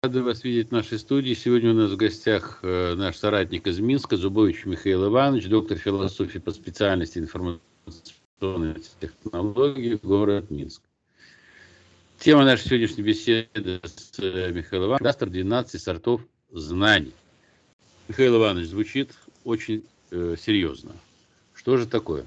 Рады вас видеть в нашей студии. Сегодня у нас в гостях наш соратник из Минска, Зубович Михаил Иванович, доктор философии по специальности информационной технологии, город Минск. Тема нашей сегодняшней беседы с Михаилом Ивановичем – кадастр 12 сортов знаний. Михаил Иванович, звучит очень серьезно. Что же такое?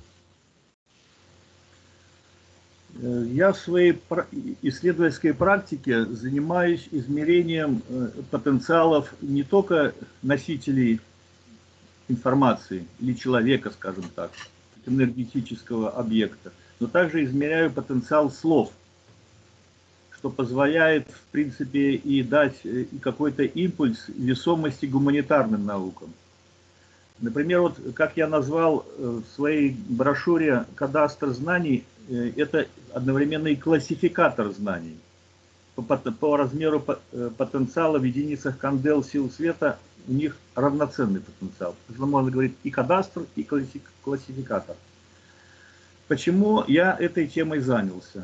Я в своей исследовательской практике занимаюсь измерением потенциалов не только носителей информации или человека, скажем так, энергетического объекта, но также измеряю потенциал слов, что позволяет, в принципе, и дать какой-то импульс весомости гуманитарным наукам. Например, вот как я назвал в своей брошюре «Кадастр знаний», это одновременно и классификатор знаний. По размеру потенциала в единицах кандел сил света у них равноценный потенциал. Можно говорить и кадастр, и классификатор. Почему я этой темой занялся?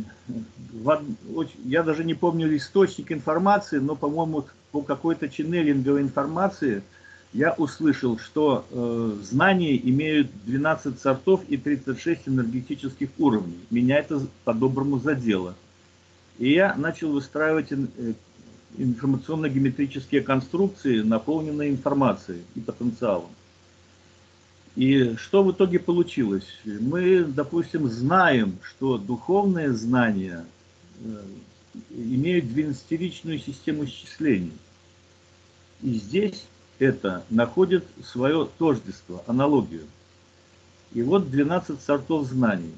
Я даже не помню источник информации, но, по-моему, по какой-то ченнелинговой информации я услышал, что знания имеют 12 сортов и 36 энергетических уровней. Меня это по-доброму задело. И я начал выстраивать информационно-геометрические конструкции, наполненные информацией и потенциалом. И что в итоге получилось? Мы, допустим, знаем, что духовные знания имеют 12-ричную систему счислений. И здесь это находит свое тождество, аналогию. И вот 12 сортов знаний.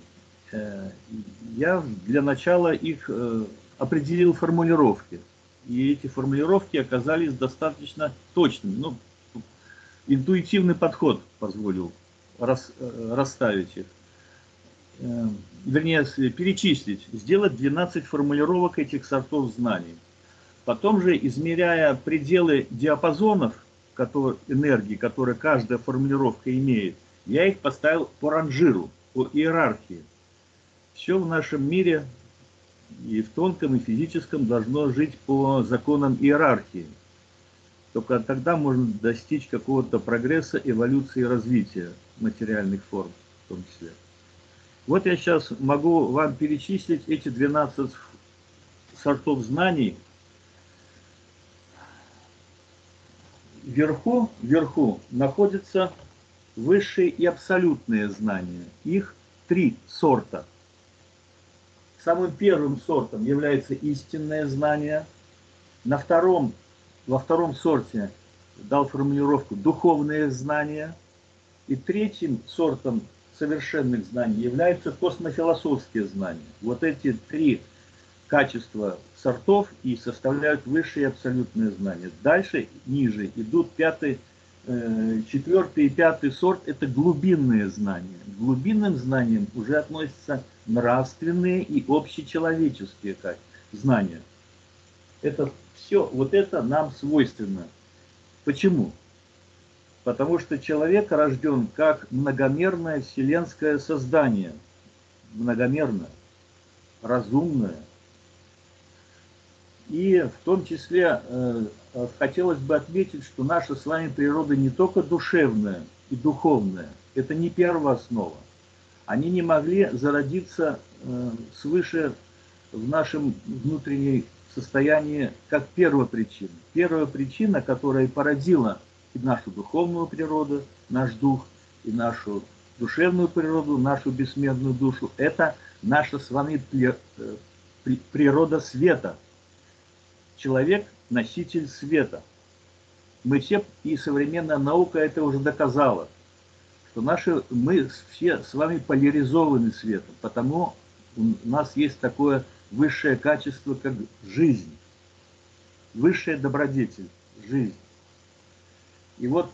Я для начала их определил формулировки. И эти формулировки оказались достаточно точными. Ну, интуитивный подход позволил расставить их. Вернее, перечислить, сделать 12 формулировок этих сортов знаний. Потом же, измеряя пределы диапазонов энергии, которые каждая формулировка имеет, я их поставил по ранжиру, по иерархии. Все в нашем мире, и в тонком, и физическом, должно жить по законам иерархии. Только тогда можно достичь какого-то прогресса, эволюции и развития материальных форм в том числе. Вот я сейчас могу вам перечислить эти 12 сортов знаний. Вверху находятся высшие и абсолютные знания. Их 3 сорта. Самым первым сортом является истинное знание. Во втором сорте дал формулировку «духовные знания». И третьим сортом совершенных знаний являются космофилософские знания. Вот эти 3 качества сортов и составляют высшие абсолютные знания. Дальше, ниже, идут 4 и 5 сорт, это глубинные знания. К глубинным знаниям уже относятся нравственные и общечеловеческие знания. Это все, вот это нам свойственно. Почему? Потому что человек рожден как многомерное вселенское создание. Многомерное, разумное. И в том числе хотелось бы отметить, что наша с вами природа не только душевная и духовная, это не первооснова. Они не могли зародиться свыше в нашем внутреннем состоянии как первопричина. Первая причина, которая породила и нашу духовную природу, наш дух, и нашу душевную природу, нашу бессмертную душу, это наша с вами природа света. Человек – носитель света. Мы все, и современная наука это уже доказала, что мы все с вами поляризованы светом, потому у нас есть такое высшее качество, как жизнь, высшая добродетель, жизнь. И вот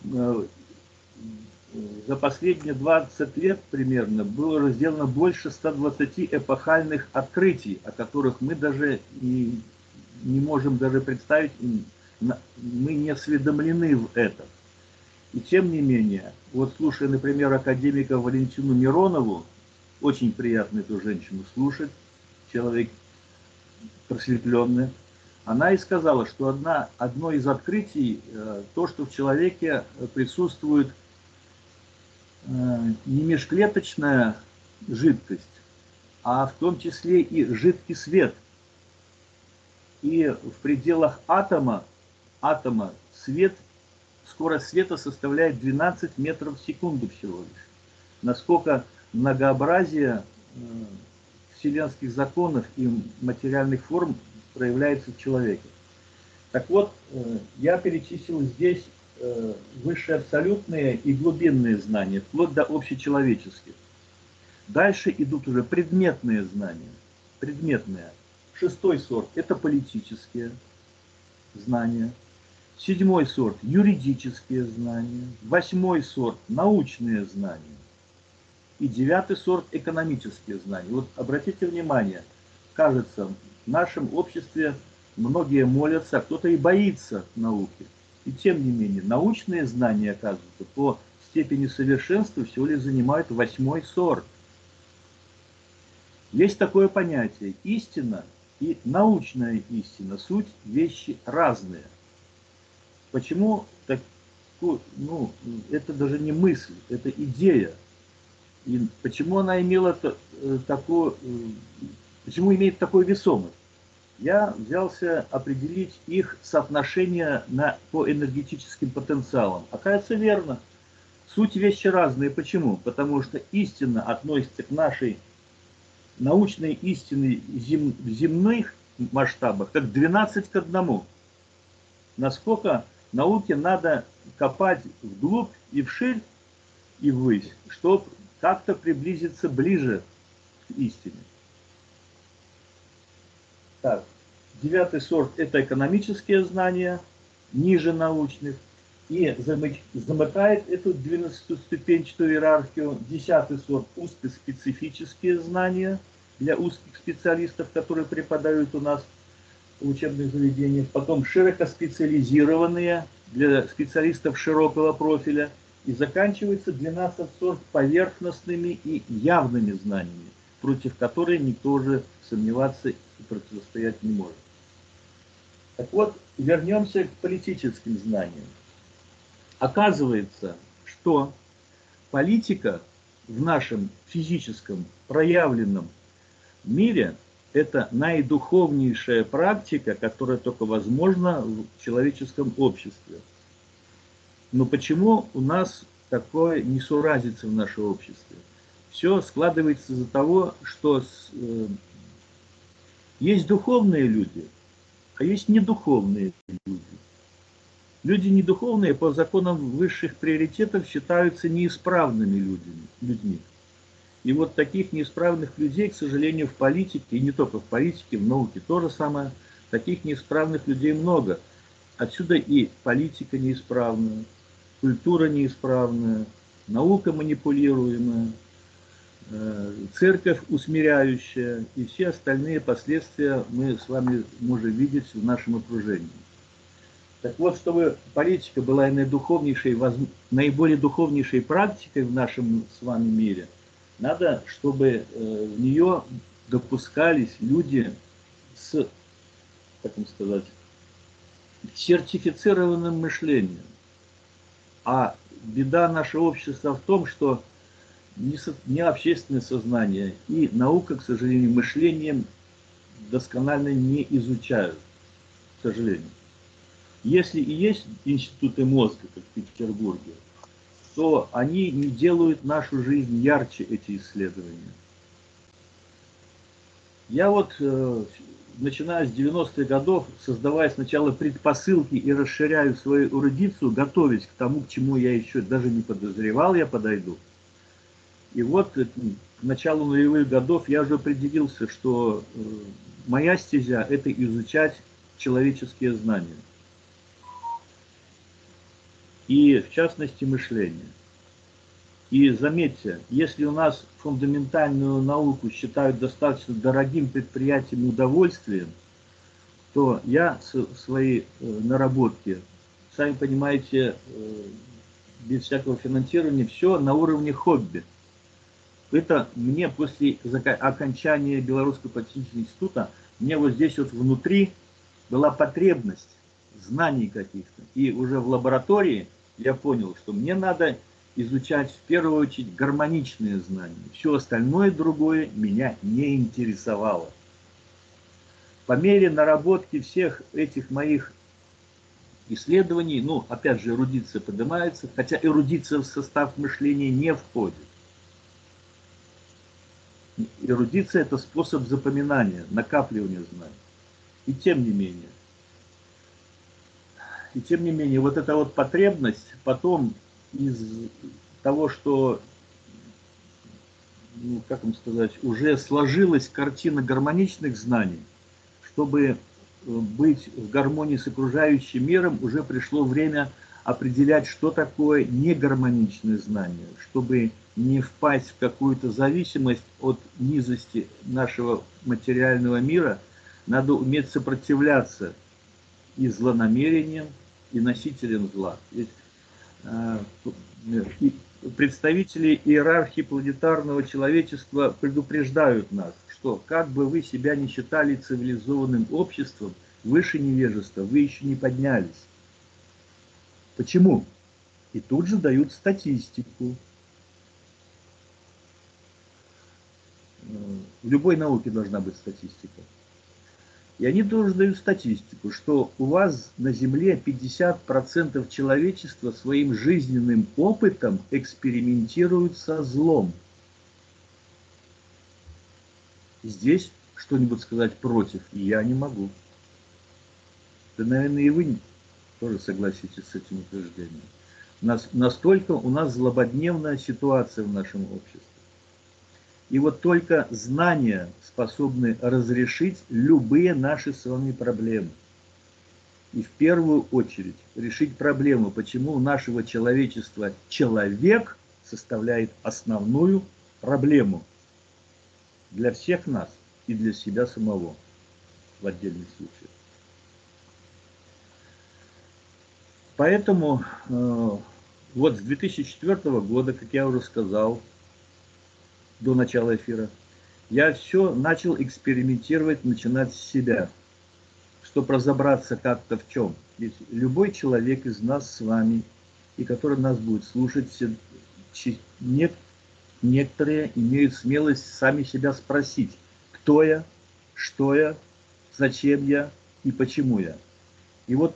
за последние 20 лет примерно было сделано больше 120 эпохальных открытий, о которых мы даже не можем даже представить, мы не осведомлены в этом. И тем не менее, вот слушая, например, академика Валентину Миронову, очень приятно эту женщину слушать, человек просветленный, она и сказала, что одно из открытий то, что в человеке присутствует не межклеточная жидкость, а в том числе и жидкий свет. И в пределах атома скорость света составляет 12 метров в секунду всего лишь. Насколько многообразие вселенских законов и материальных форм проявляется в человеке. Так вот, я перечислил здесь высшие абсолютные и глубинные знания, вплоть до общечеловеческих. Дальше идут уже предметные знания. Предметные. 6-й сорт – это политические знания. 7-й сорт – юридические знания. 8-й сорт – научные знания. И 9-й сорт – экономические знания. Вот обратите внимание, кажется, в нашем обществе многие молятся, а кто-то и боится науки. И тем не менее, научные знания, оказывается, по степени совершенства всего лишь занимают 8-й сорт. Есть такое понятие – истина и научная истина. Суть вещи разные. Почему так, это даже не мысль, это идея. И почему она имела почему имеет такую весомость? Я взялся определить их соотношение по энергетическим потенциалам. Оказывается, верно. Суть вещи разные. Почему? Потому что истина относится к нашей научной истине в земных масштабах как 12 к 1. Насколько науке надо копать вглубь и вширь и ввысь, чтобы как-то приблизиться ближе к истине. Так, 9-й сорт – это экономические знания, ниже научных. И замыкает эту 12-ступенчатую иерархию 10-й сорт – узкоспецифические знания для узких специалистов, которые преподают у нас в учебных заведениях. Потом широкоспециализированные для специалистов широкого профиля. И заканчивается 12-й сорт поверхностными и явными знаниями, против которых никто уже сомневаться и противостоять не может. Так вот, вернемся к политическим знаниям. Оказывается, что политика в нашем физическом проявленном мире – это наидуховнейшая практика, которая только возможна в человеческом обществе. Но почему у нас такое несуразица в нашем обществе? Все складывается из-за того, что есть духовные люди, а есть недуховные люди. Люди недуховные по законам высших приоритетов считаются неисправными людьми. И вот таких неисправных людей, к сожалению, в политике, и не только в политике, в науке то же самое, таких неисправных людей много. Отсюда и политика неисправная, культура неисправная, наука манипулируемая, церковь усмиряющая и все остальные последствия мы с вами можем видеть в нашем окружении. Так вот, чтобы политика была наиболее духовнейшей практикой в нашем с вами мире, надо, чтобы в нее допускались люди с, как сказать, сертифицированным мышлением. А беда нашего общества в том, что не общественное сознание и наука, к сожалению, мышлением досконально не изучают, к сожалению. Если и есть институты мозга, как в Петербурге, то они не делают нашу жизнь ярче, эти исследования. Я вот, начиная с 90-х годов, создавая сначала предпосылки и расширяю свою эрудицию, готовясь к тому, к чему я еще даже не подозревал, я подойду. И вот к началу нулевых годов я уже определился, что моя стезя – это изучать человеческие знания. И в частности мышление. И заметьте, если у нас фундаментальную науку считают достаточно дорогим предприятием и удовольствием, то я свои наработки, сами понимаете, без всякого финансирования, все на уровне хобби. Это мне после окончания Белорусского политехнического института, мне вот здесь вот внутри была потребность знаний каких-то. И уже в лаборатории я понял, что мне надо изучать в первую очередь гармоничные знания. Все остальное другое меня не интересовало. По мере наработки всех этих моих исследований, ну, опять же, эрудиция поднимается, хотя эрудиция в состав мышления не входит. Эрудиция – это способ запоминания, накапливания знаний. И тем не менее, вот эта вот потребность потом из того, что, ну, как вам сказать, уже сложилась картина гармоничных знаний, чтобы быть в гармонии с окружающим миром, уже пришло время определять, что такое негармоничное знание, чтобы не впасть в какую-то зависимость от низости нашего материального мира. Надо уметь сопротивляться и злонамерениям, и носителям зла. Ведь представители иерархии планетарного человечества предупреждают нас, что как бы вы себя не считали цивилизованным обществом, выше невежества вы еще не поднялись. Почему? И тут же дают статистику. В любой науке должна быть статистика. И они тоже дают статистику, что у вас на Земле 50% человечества своим жизненным опытом экспериментируют со злом. Здесь что-нибудь сказать против я не могу. Да, наверное, и вы тоже согласитесь с этим утверждением. Настолько у нас злободневная ситуация в нашем обществе. И вот только знания способны разрешить любые наши с вами проблемы. И в первую очередь решить проблему, почему у нашего человечества человек составляет основную проблему для всех нас и для себя самого в отдельных случаях. Поэтому вот с 2004 года, как я уже сказал, до начала эфира, я все начал экспериментировать, начинать с себя, чтобы разобраться как-то в чем. Ведь любой человек из нас с вами, и который нас будет слушать, некоторые имеют смелость сами себя спросить, кто я, что я, зачем я и почему я. И вот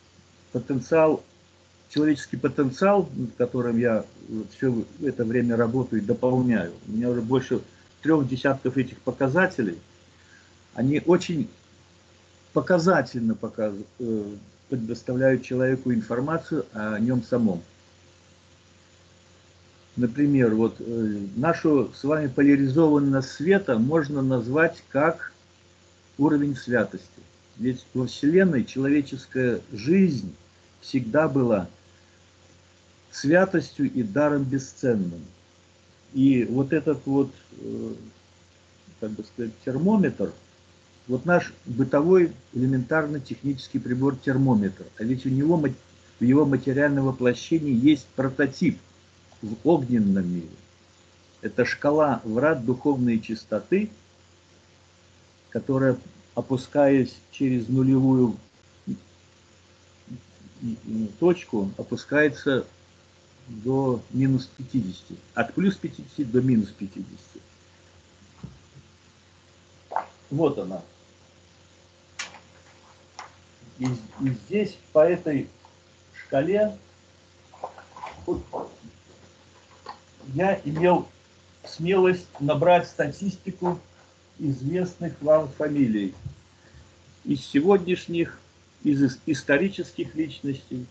человеческий потенциал, над которым я все это время работаю и дополняю, у меня уже больше 3 десятков этих показателей, они очень показательно предоставляют человеку информацию о нем самом. Например, вот нашу с вами поляризованность света можно назвать как уровень святости. Ведь во Вселенной человеческая жизнь всегда была святостью и даром бесценным. И вот этот вот, как бы сказать, термометр, вот наш бытовой элементарный технический прибор термометр, а ведь у него в его материальном воплощении есть прототип в огненном мире. Это шкала врат духовной чистоты, которая, опускаясь через нулевую точку, опускается до минус 50. От плюс 50 до минус 50. Вот она. И здесь по этой шкале я имел смелость набрать статистику известных вам фамилий. Из сегодняшних, из исторических личностей.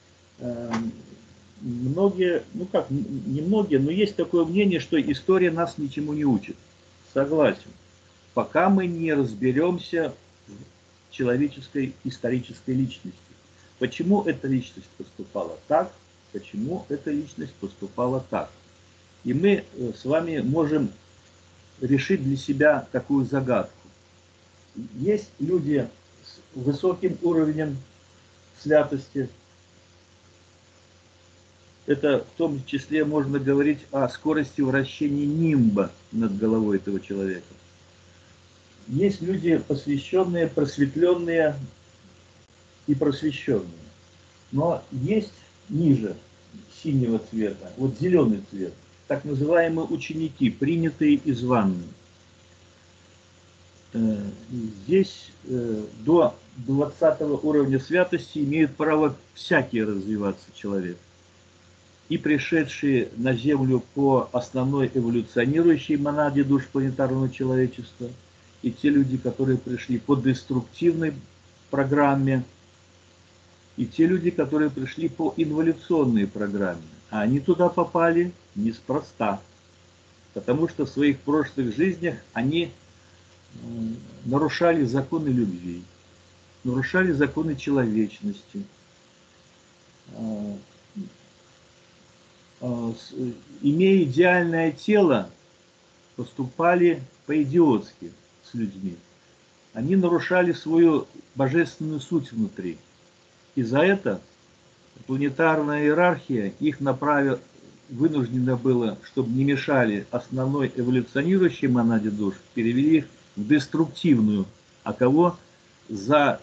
Многие, ну как, не многие, но есть такое мнение, что история нас ничему не учит. Согласен. Пока мы не разберемся в человеческой исторической личности. Почему эта личность поступала так, почему эта личность поступала так. И мы с вами можем решить для себя такую загадку. Есть люди с высоким уровнем святости. Это в том числе можно говорить о скорости вращения нимба над головой этого человека. Есть люди посвященные, просветленные, и просвещенные. Но есть ниже синего цвета, вот зеленый цвет, так называемые ученики, принятые из ванны. Здесь до 20 уровня святости имеют право всякие развиваться человек. И пришедшие на Землю по основной эволюционирующей монаде душ планетарного человечества, и те люди, которые пришли по деструктивной программе, и те люди, которые пришли по инволюционной программе. А они туда попали неспроста, потому что в своих прошлых жизнях они нарушали законы любви, нарушали законы человечности, имея идеальное тело, поступали по-идиотски с людьми. Они нарушали свою божественную суть внутри. И за это планетарная иерархия их вынуждена была, чтобы не мешали основной эволюционирующей монаде душ, перевели их в деструктивную, а кого за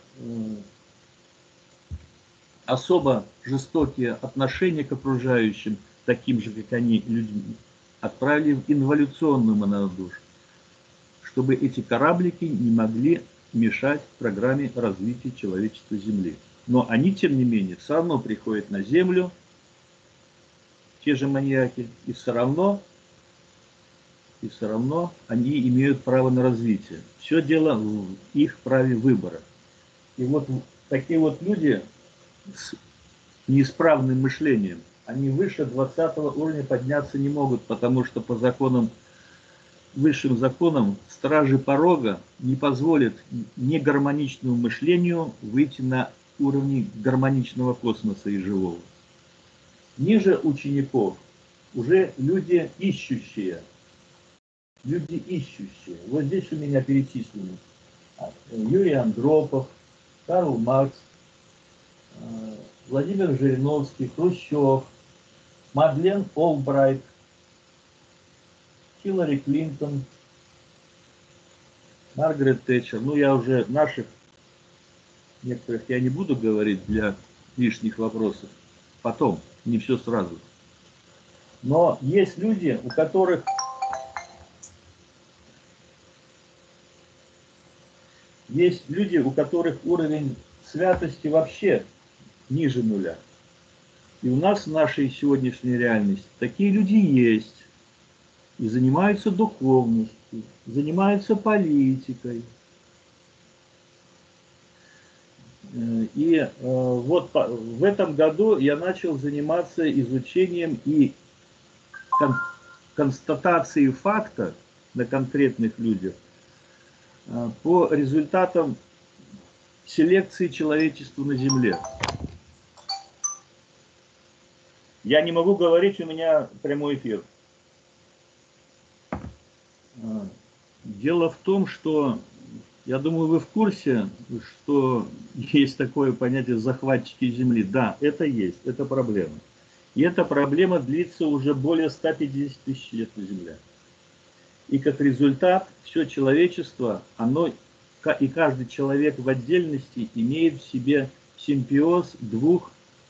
особо жестокие отношения к окружающим, таким же, как они, людьми, отправили в инволюционную монаду душ, чтобы эти кораблики не могли мешать программе развития человечества Земли. Но они, тем не менее, все равно приходят на Землю, те же маньяки, и все равно они имеют право на развитие. Все дело в их праве выбора. И вот такие вот люди с неисправным мышлением, они выше 20 уровня подняться не могут, потому что по законам, высшим законам, стражи порога не позволят негармоничному мышлению выйти на уровни гармоничного космоса и живого. Ниже учеников уже люди ищущие. Люди ищущие. Вот здесь у меня перечислены Юрий Андропов, Карл Маркс, Владимир Жириновский, Хрущев, Мадлен Олбрайт, Хиллари Клинтон, Маргарет Тэтчер. Ну, я уже наших, некоторых я не буду говорить для лишних вопросов. Потом, не все сразу. Но есть люди, у которых уровень святости вообще ниже нуля. И у нас в нашей сегодняшней реальности такие люди есть. И занимаются духовностью, занимаются политикой. И вот в этом году я начал заниматься изучением и констатацией факта на конкретных людях по результатам селекции человечества на Земле. Я не могу говорить, у меня прямой эфир. Дело в том, что, я думаю, вы в курсе, что есть такое понятие захватчики Земли. Да, это есть, это проблема. И эта проблема длится уже более 150 тысяч лет на Земле. И как результат, все человечество, оно, и каждый человек в отдельности имеет в себе симбиоз двух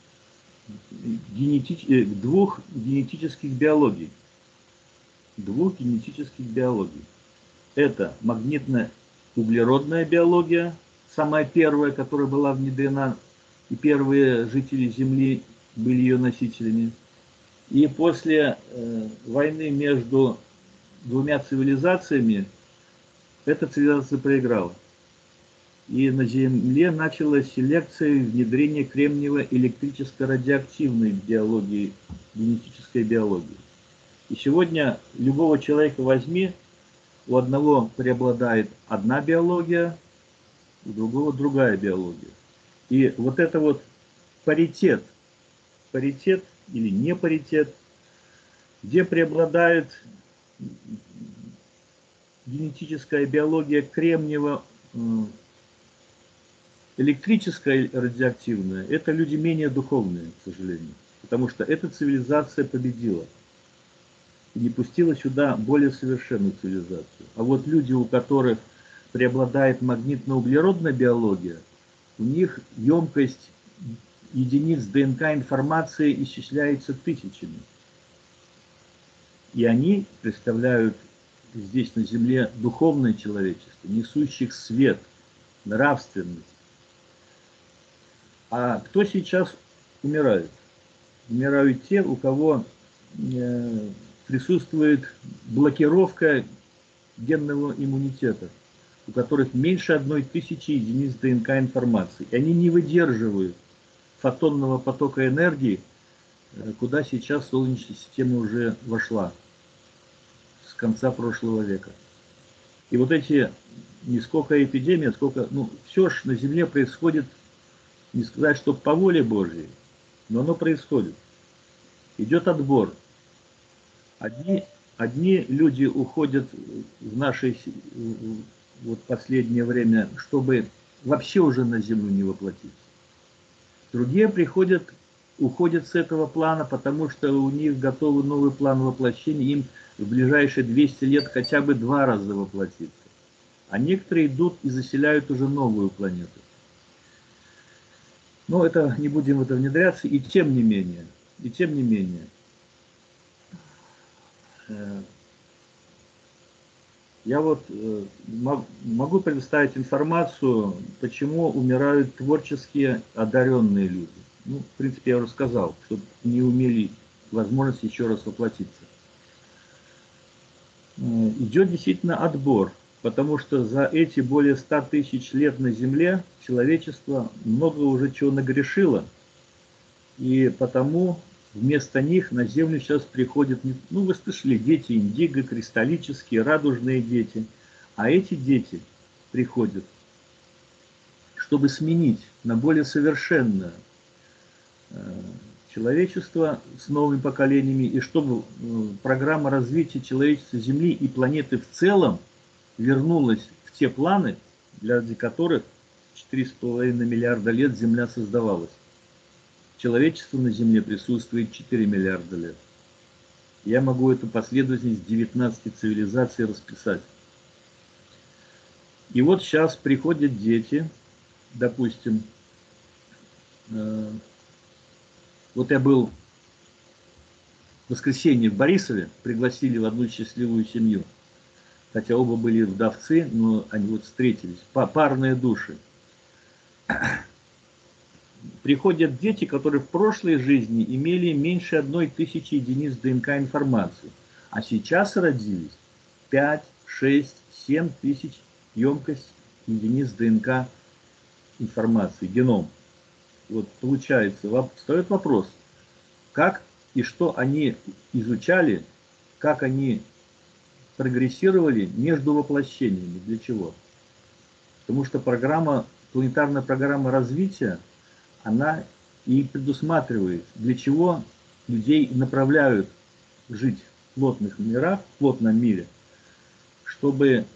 генетических биологий. Двух генетических биологий. Это магнитно-углеродная биология, самая первая, которая была внедрена, и первые жители Земли были ее носителями. И после войны между двумя цивилизациями эта цивилизация проиграла. И на Земле началась селекция и внедрение кремниево-электрическо-радиоактивной биологии, генетической биологии. И сегодня любого человека возьми, у одного преобладает одна биология, у другого другая биология. И вот это вот паритет или не паритет, где преобладает генетическая биология кремниево-электрическая радиоактивная, это люди менее духовные, к сожалению. Потому что эта цивилизация победила. И не пустила сюда более совершенную цивилизацию. А вот люди, у которых преобладает магнитно-углеродная биология, у них емкость единиц ДНК информации исчисляется тысячами. И они представляют здесь на Земле духовное человечество, несущих свет, нравственность. А кто сейчас умирает? Умирают те, у кого присутствует блокировка генного иммунитета, у которых меньше 1000 единиц ДНК информации. И они не выдерживают фотонного потока энергии, куда сейчас Солнечная система уже вошла с конца прошлого века. И вот эти, не сколько эпидемия, сколько, все ж на Земле происходит, не сказать, что по воле Божьей, но оно происходит. Идет отбор. Одни люди уходят в наше вот последнее время, чтобы вообще уже на Землю не воплотиться. Другие уходят с этого плана, потому что у них готовый новый план воплощения, им в ближайшие 200 лет хотя бы 2 раза воплотиться. А некоторые идут и заселяют уже новую планету. Но это не будем в это внедряться, и тем не менее, я вот могу предоставить информацию, почему умирают творческие одаренные люди. В принципе, я уже сказал, чтобы не имели возможность еще раз воплотиться. Идет действительно отбор, потому что за эти более 100 000 лет на Земле человечество много уже чего нагрешило, и потому вместо них на Землю сейчас приходят, вы слышали, дети индиго, кристаллические, радужные дети. А эти дети приходят, чтобы сменить на более совершенное человечество с новыми поколениями, и чтобы программа развития человечества Земли и планеты в целом вернулась в те планы, ради которых 4,5 миллиарда лет Земля создавалась. Человечество на Земле присутствует 4 миллиарда лет. Я могу эту последовательность 19 цивилизаций расписать. И вот сейчас приходят дети, допустим, вот я был в воскресенье в Борисове, пригласили в одну счастливую семью, хотя оба были вдовцы, но они вот встретились, парные души. Приходят дети, которые в прошлой жизни имели меньше 1000 единиц ДНК информации, а сейчас родились 5, 6, 7 тысяч емкость единиц ДНК информации, геном. Вот получается, встает вопрос, как и что они изучали, как они прогрессировали между воплощениями, для чего? Потому что планетарная программа развития, она и предусматривает, для чего людей направляют жить в плотных мирах, в плотном мире, чтобы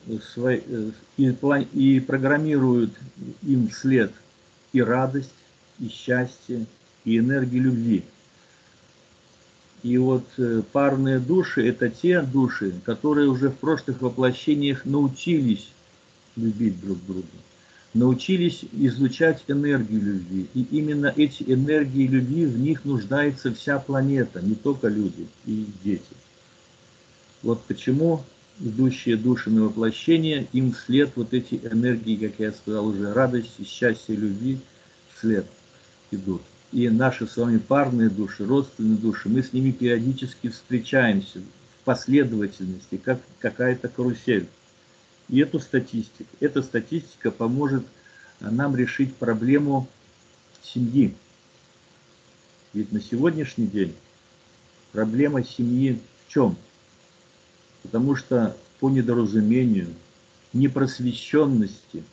и программируют им вслед и радость, и счастье, и энергию любви. И вот парные души – это те души, которые уже в прошлых воплощениях научились любить друг друга, научились излучать энергию любви. И именно эти энергии любви, в них нуждается вся планета, не только люди и дети. Вот почему идущие души на воплощение, им вслед вот эти энергии, как я сказал уже, радости, счастья, любви вслед идут. И наши с вами парные души, родственные души, мы с ними периодически встречаемся в последовательности, как какая-то карусель. И эта статистика поможет нам решить проблему семьи. Ведь на сегодняшний день проблема семьи в чем? Потому что по недоразумению, непросвещенности,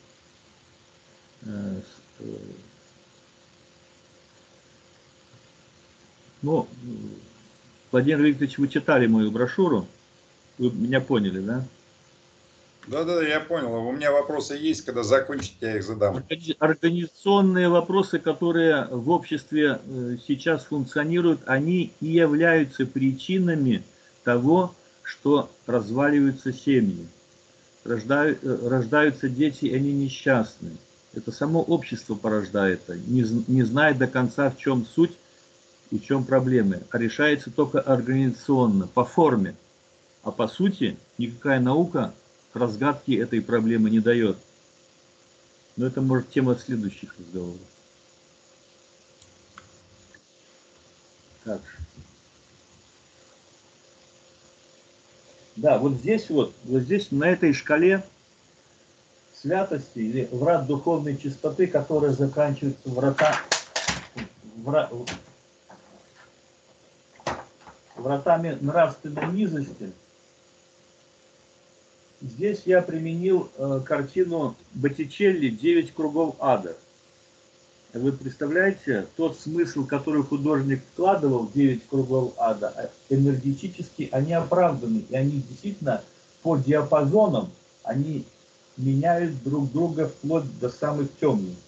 Владимир Викторович, вы читали мою брошюру, вы меня поняли, да? Да, я понял. У меня вопросы есть, когда закончите, я их задам. Организационные вопросы, которые в обществе сейчас функционируют, они и являются причинами того, что разваливаются семьи. Рождаются дети, и они несчастны. Это само общество порождает это, не зная до конца, в чем суть и в чем проблемы. А решается только организационно, по форме. А по сути, никакая наука к разгадке этой проблемы не дает. Но это, может, тема следующих разговоров. Так. Да, вот здесь, на этой шкале святости или врат духовной чистоты, которые заканчиваются вратами нравственной низости, здесь я применил картину Боттичелли «9 кругов ада». Вы представляете, тот смысл, который художник вкладывал в 9 кругов ада, энергетически они оправданы, и они действительно по диапазонам, они меняют друг друга вплоть до самых темных.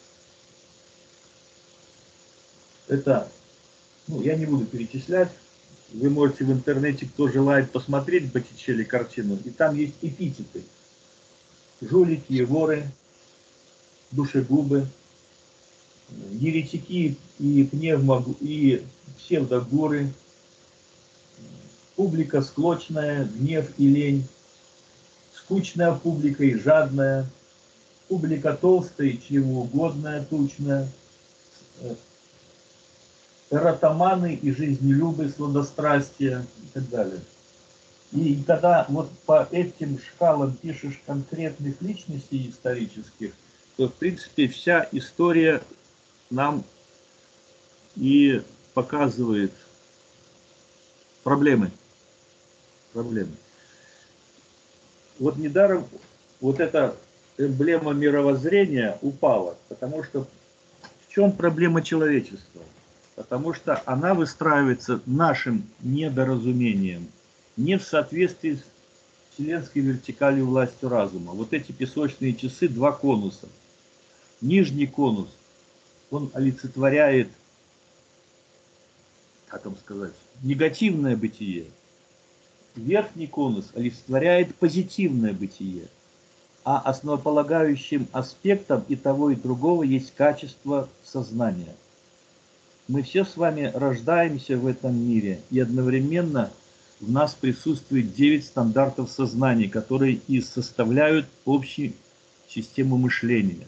Это, я не буду перечислять, вы можете в интернете, кто желает, посмотреть Боттичелли картину, и там есть эпитеты. Жулики, воры, душегубы, еретики и псевдогуры, публика склочная, гнев и лень, скучная публика и жадная, публика толстая и чревоугодная, тучная, эротоманы и жизнелюбы, сладострастия и так далее. И когда вот по этим шкалам пишешь конкретных личностей исторических, то в принципе вся история нам и показывает проблемы. Вот недаром вот эта эмблема мировоззрения упала, потому что в чем проблема человечества? Потому что она выстраивается нашим недоразумением, не в соответствии с вселенской вертикалью власти разума. Вот эти песочные часы, два конуса. Нижний конус, он олицетворяет, как вам сказать, негативное бытие. Верхний конус олицетворяет позитивное бытие. А основополагающим аспектом и того, и другого есть качество сознания. Мы все с вами рождаемся в этом мире, и одновременно в нас присутствует 9 стандартов сознания, которые и составляют общую систему мышления.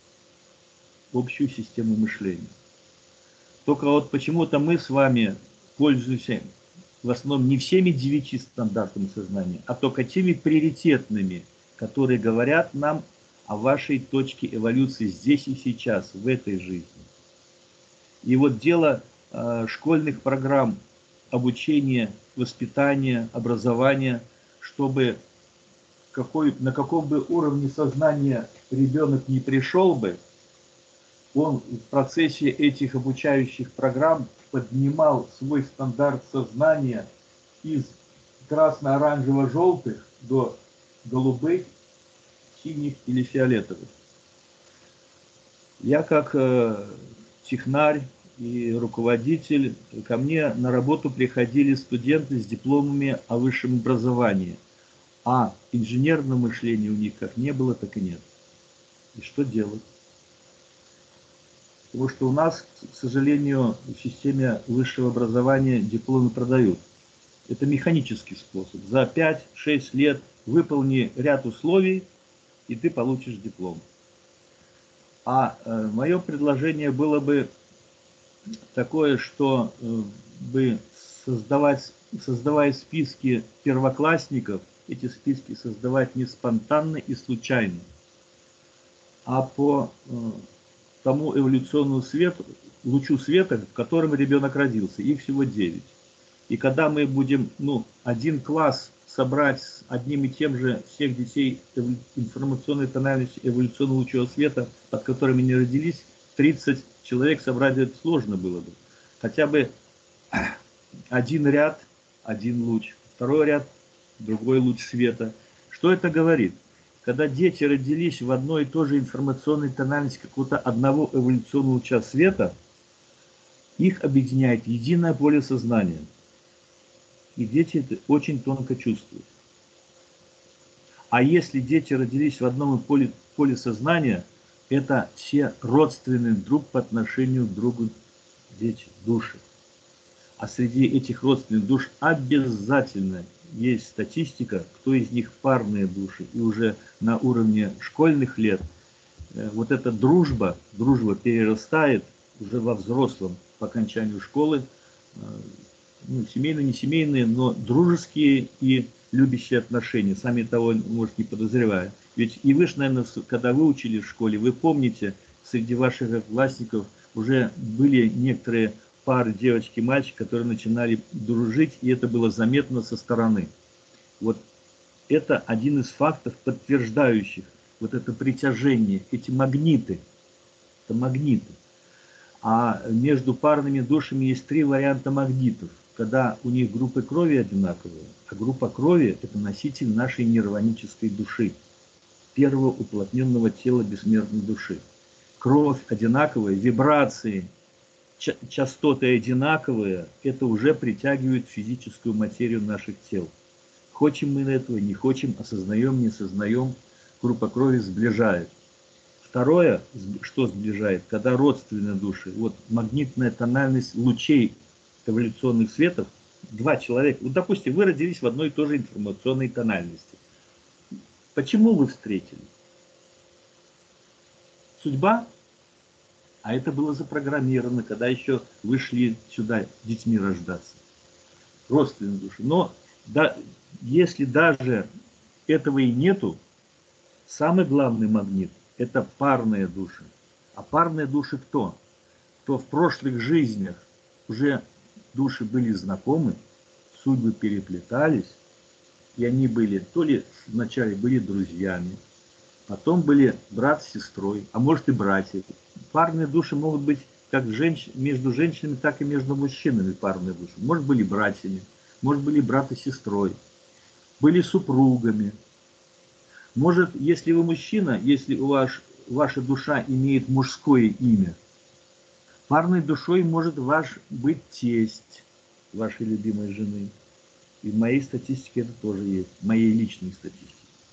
Только вот почему-то мы с вами пользуемся в основном не всеми 9 стандартами сознания, а только теми приоритетными, которые говорят нам о вашей точке эволюции здесь и сейчас, в этой жизни. И вот дело школьных программ обучения, воспитания, образования, чтобы на каком бы уровне сознания ребенок не пришел бы, он в процессе этих обучающих программ поднимал свой стандарт сознания из красно-оранжево-желтых до голубых, синих или фиолетовых. Я как технарь и руководитель, ко мне на работу приходили студенты с дипломами о высшем образовании, а инженерного мышления у них как не было, так и нет. И что делать? Потому что у нас, к сожалению, в системе высшего образования дипломы продают. Это механический способ. За 5-6 лет выполни ряд условий, и ты получишь диплом. А мое предложение было бы такое, что создавая списки первоклассников, эти списки создавать не спонтанно и случайно, а по тому эволюционному лучу света, в котором ребенок родился. Их всего 9. И когда мы будем один класс собрать с одним и тем же всех детей информационной тональности эволюционного лучевого света, под которыми они родились, 30 человек собрать это сложно было бы. Хотя бы один ряд, один луч, второй ряд, другой луч света. Что это говорит? Когда дети родились в одной и той же информационной тональности какого-то одного эволюционного луча света, их объединяет единое поле сознания. И дети это очень тонко чувствуют. А если дети родились в одном поле сознания, Это все родственные друг по отношению к другу дети, души. А среди этих родственных душ обязательно есть статистика, кто из них парные души. И уже на уровне школьных лет вот эта дружба перерастает уже во взрослом по окончанию школы. Ну, семейные, не семейные, но дружеские и любящие отношения, сами того, может, не подозревая. Ведь и вы же, наверное, когда вы учились в школе, вы помните, среди ваших одноклассников уже были некоторые пары девочки и мальчик, которые начинали дружить, и это было заметно со стороны. Вот это один из фактов, подтверждающих вот это притяжение, эти магниты. Это магниты. А между парными душами есть 3 варианта магнитов. Когда у них группы крови одинаковые, а группа крови – это носитель нашей нирванической души, первого уплотненного тела бессмертной души. Кровь одинаковая, вибрации, частоты одинаковые, это уже притягивает физическую материю наших тел. Хочем мы этого, не хочем, осознаем, не осознаем, группа крови сближает. Второе, что сближает, когда родственные души, вот магнитная тональность лучей эволюционных светов, 2 человека, вот, допустим, вы родились в одной и той же информационной тональности. Почему вы встретились? Судьба? А это было запрограммировано, когда еще вы шли сюда детьми рождаться. Родственные души. Но да, если даже этого и нету, самый главный магнит – это парные души. А парные души кто? Кто в прошлых жизнях уже души были знакомы, судьбы переплетались, и они были, то ли вначале были друзьями, потом были брат с сестрой, а может и братья. Парные души могут быть как между женщинами, так и между мужчинами парные души. Может, были братьями, может, были брат и сестрой, были супругами. Может, если вы мужчина, если ваша душа имеет мужское имя, парной душой может быть тесть вашей любимой жены. И в моей статистике это тоже есть, в моей личной статистике.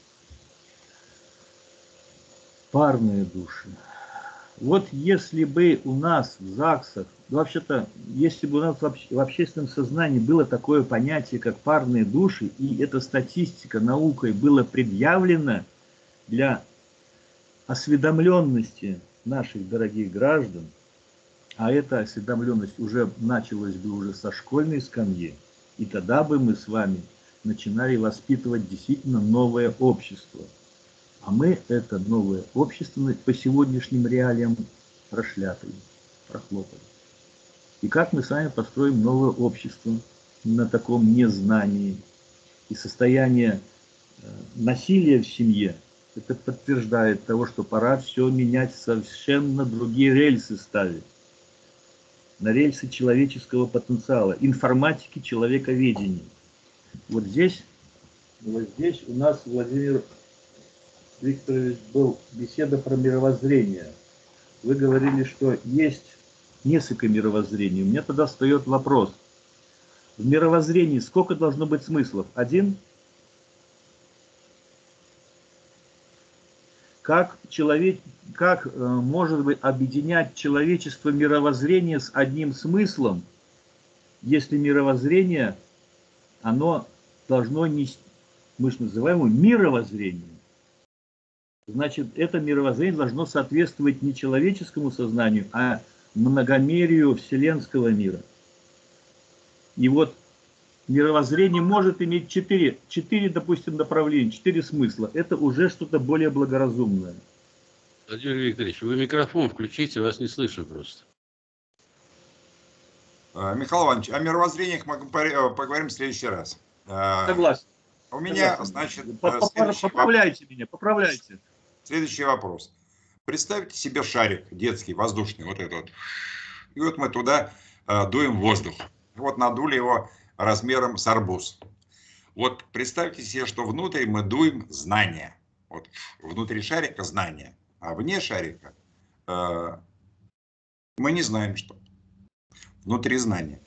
Парные души. Вот если бы у нас в ЗАГСах, вообще-то, если бы у нас в общественном сознании было такое понятие, как парные души, и эта статистика наукой была предъявлена для осведомленности наших дорогих граждан, а эта осведомленность уже началась бы уже со школьной скамьи, и тогда бы мы с вами начинали воспитывать действительно новое общество. А мы это новое общество по сегодняшним реалиям прошляпали, прохлопали. И как мы с вами построим новое общество на таком незнании? И состояние насилия в семье, это подтверждает того, что пора все менять, совершенно другие рельсы ставить. На рельсы человеческого потенциала, информатики, человековедения. Вот здесь у нас, Владимир Викторович, был беседа про мировоззрение. Вы говорили, что есть несколько мировоззрений. У меня тогда встает вопрос. В мировоззрении сколько должно быть смыслов? 1? Как может быть объединять человечество мировоззрение с одним смыслом, если мировоззрение, оно должно нести, мы же называем его мировоззрением. Значит, это мировоззрение должно соответствовать не человеческому сознанию, а многомерию вселенского мира. И вот мировоззрение может иметь 4, допустим, направления, 4 смысла. Это уже что-то более благоразумное. Владимир Викторович, вы микрофон включите, вас не слышу просто. Михаил Иванович, о мировоззрениях мы поговорим в следующий раз. Согласен. У меня, значит, поправляйте меня, поправляйте. Следующий вопрос. Представьте себе шарик детский, воздушный, вот этот. И вот мы туда дуем воздух. Вот надули его размером с арбуз. Вот представьте себе, что внутрь мы дуем знания. Вот внутри шарика знания, а вне шарика мы не знаем, что. Внутри знания.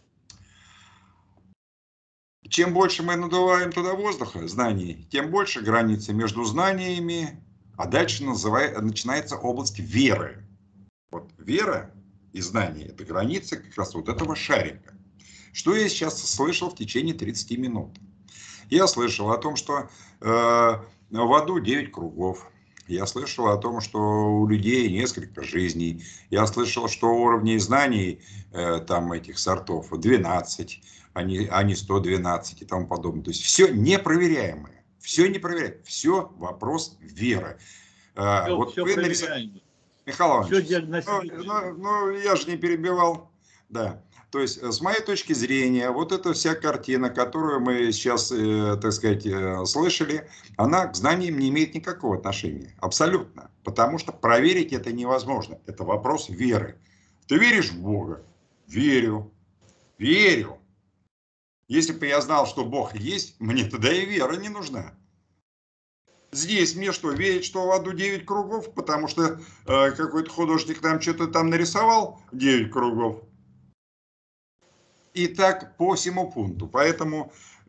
Чем больше мы надуваем туда воздуха, знаний, тем больше границы между знаниями А дальше начинается область веры. Вот вера и знание – это граница как раз вот этого шарика. Что я сейчас слышал в течение 30 минут? Я слышал о том, что в аду 9 кругов. Я слышал о том, что у людей несколько жизней. Я слышал, что уровней знаний там этих сортов 12, а не 112 и тому подобное. То есть все непроверяемое. Все непроверяемое. Все вопрос веры. Вот Все вы проверяемо. Михаил Все Иванович, диагностируемо. ну, я же не перебивал. Да. То есть, с моей точки зрения, вот эта вся картина, которую мы сейчас, так сказать, слышали, она к знаниям не имеет никакого отношения. Абсолютно. Потому что проверить это невозможно. Это вопрос веры. Ты веришь в Бога? Верю. Верю. Если бы я знал, что Бог есть, мне тогда и вера не нужна. Здесь мне что, верить, что в аду 9 кругов, потому что какой-то художник там что-то там нарисовал 9 кругов? И так по всему пункту. Поэтому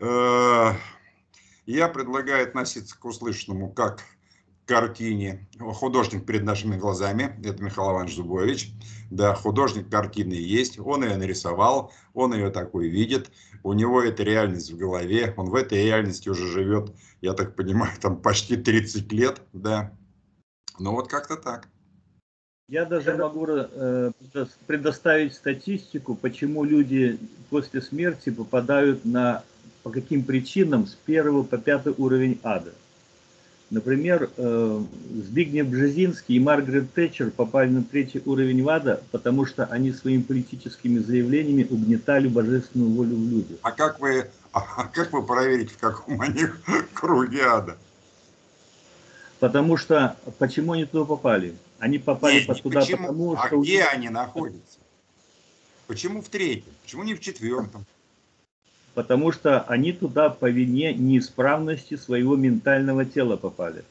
я предлагаю относиться к услышанному как к картине. Художник перед нашими глазами, это Михаил Иванович Зубович. Да, художник картины есть, он ее нарисовал, он ее такой видит, у него эта реальность в голове, он в этой реальности уже живет, я так понимаю, там почти 30 лет, да. Ну вот как-то так. Я даже могу предоставить статистику, почему люди после смерти попадают по каким причинам с 1 по 5 уровень ада. Например, Збигнев Бжезинский и Маргарет Тэтчер попали на 3 уровень ада, потому что они своими политическими заявлениями угнетали божественную волю в людях. А как вы проверите, в каком они круге ада? Потому что, почему они туда попали? Они попали туда почему, потому, что... что... где они находятся? Почему в 3-м? Почему не в 4-м? Потому что они туда по вине неисправности своего ментального тела попали.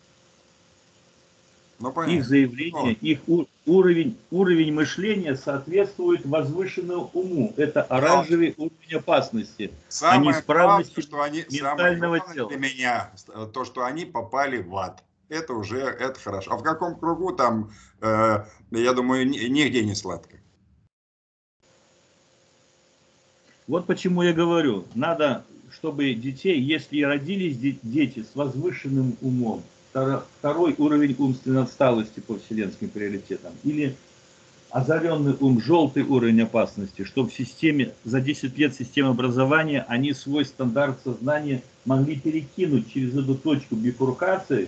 Ну, понятно. Их заявление, их уровень мышления соответствует возвышенному уму. Это оранжевый уровень опасности, а не исправности ментального тела. Для меня то, что они попали в ад. Это хорошо. А в каком кругу там, я думаю, нигде не сладко. Вот почему я говорю, надо, чтобы детей, если и родились дети с возвышенным умом, 2-й уровень умственной отсталости по вселенским приоритетам, или озаренный ум, желтый уровень опасности, чтобы в системе, за 10 лет системы образования, они свой стандарт сознания могли перекинуть через эту точку бифуркации,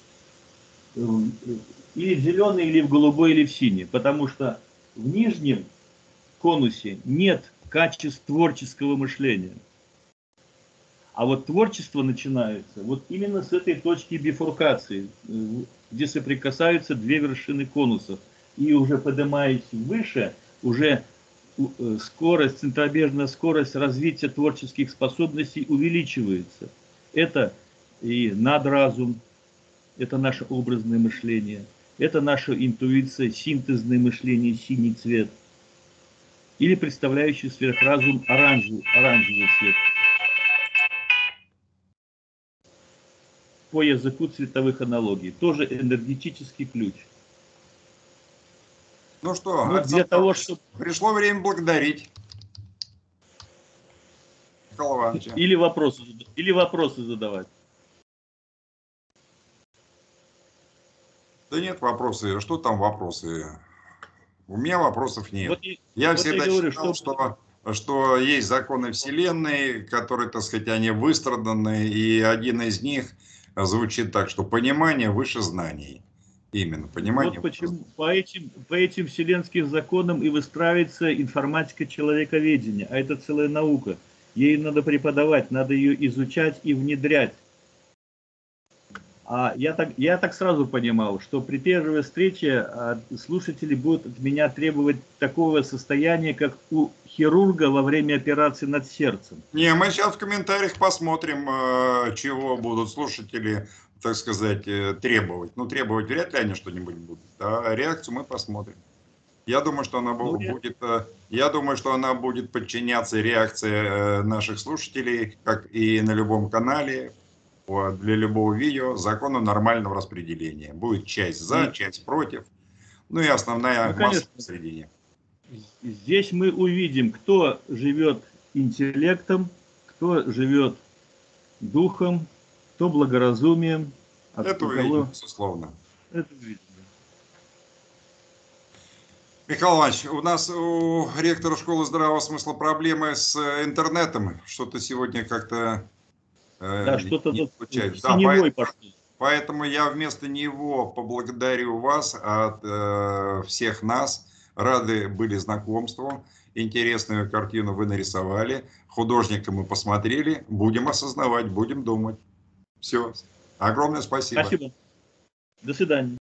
или в зеленый, или в голубой, или в синий, потому что в нижнем конусе нет качеств творческого мышления. А вот творчество начинается вот именно с этой точки бифуркации, где соприкасаются 2 вершины конусов. И уже поднимаясь выше, уже скорость, центробежная скорость развития творческих способностей увеличивается. Это и надразум, это наше образное мышление, это наша интуиция, синтезное мышление, синий цвет. Или представляющий сверхразум оранжевый цвет. По языку цветовых аналогий. Тоже энергетический ключ. Ну что, для того, чтобы... пришло время благодарить Михаила Ивановича. Или вопросы задавать. Да нет вопросы. Что там вопросы? У меня вопросов нет. Вот я всегда считал, что есть законы Вселенной, которые, так сказать, они выстраданы, и один из них звучит так, что понимание выше знаний. Именно, понимание. Вот почему по этим вселенским законам и выстраивается информатика человековедения, а это целая наука. Ей надо преподавать, надо ее изучать и внедрять. А я так сразу понимал, что при первой встрече слушатели будут от меня требовать такого состояния, как у хирурга во время операции над сердцем. Не, мы сейчас в комментариях посмотрим, чего будут слушатели, так сказать, требовать. Ну, требовать вряд ли они что-нибудь будут, а реакцию мы посмотрим. Я думаю, что она будет подчиняться реакции наших слушателей, как и на любом канале. для любого видео закона нормального распределения. Будет часть за, часть против. Ну и основная масса посередине. Здесь мы увидим, кто живет интеллектом, кто живет духом, кто благоразумием. Это увидим, безусловно. Это увидим. Михаил Иванович, у нас у ректора школы здравого смысла проблемы с интернетом. Что-то сегодня как-то да, что-то не получается. Да, поэтому я вместо него поблагодарю вас от всех нас. Рады были знакомству. Интересную картину вы нарисовали. Художника мы посмотрели. Будем осознавать, будем думать. Все. Огромное спасибо. Спасибо. До свидания.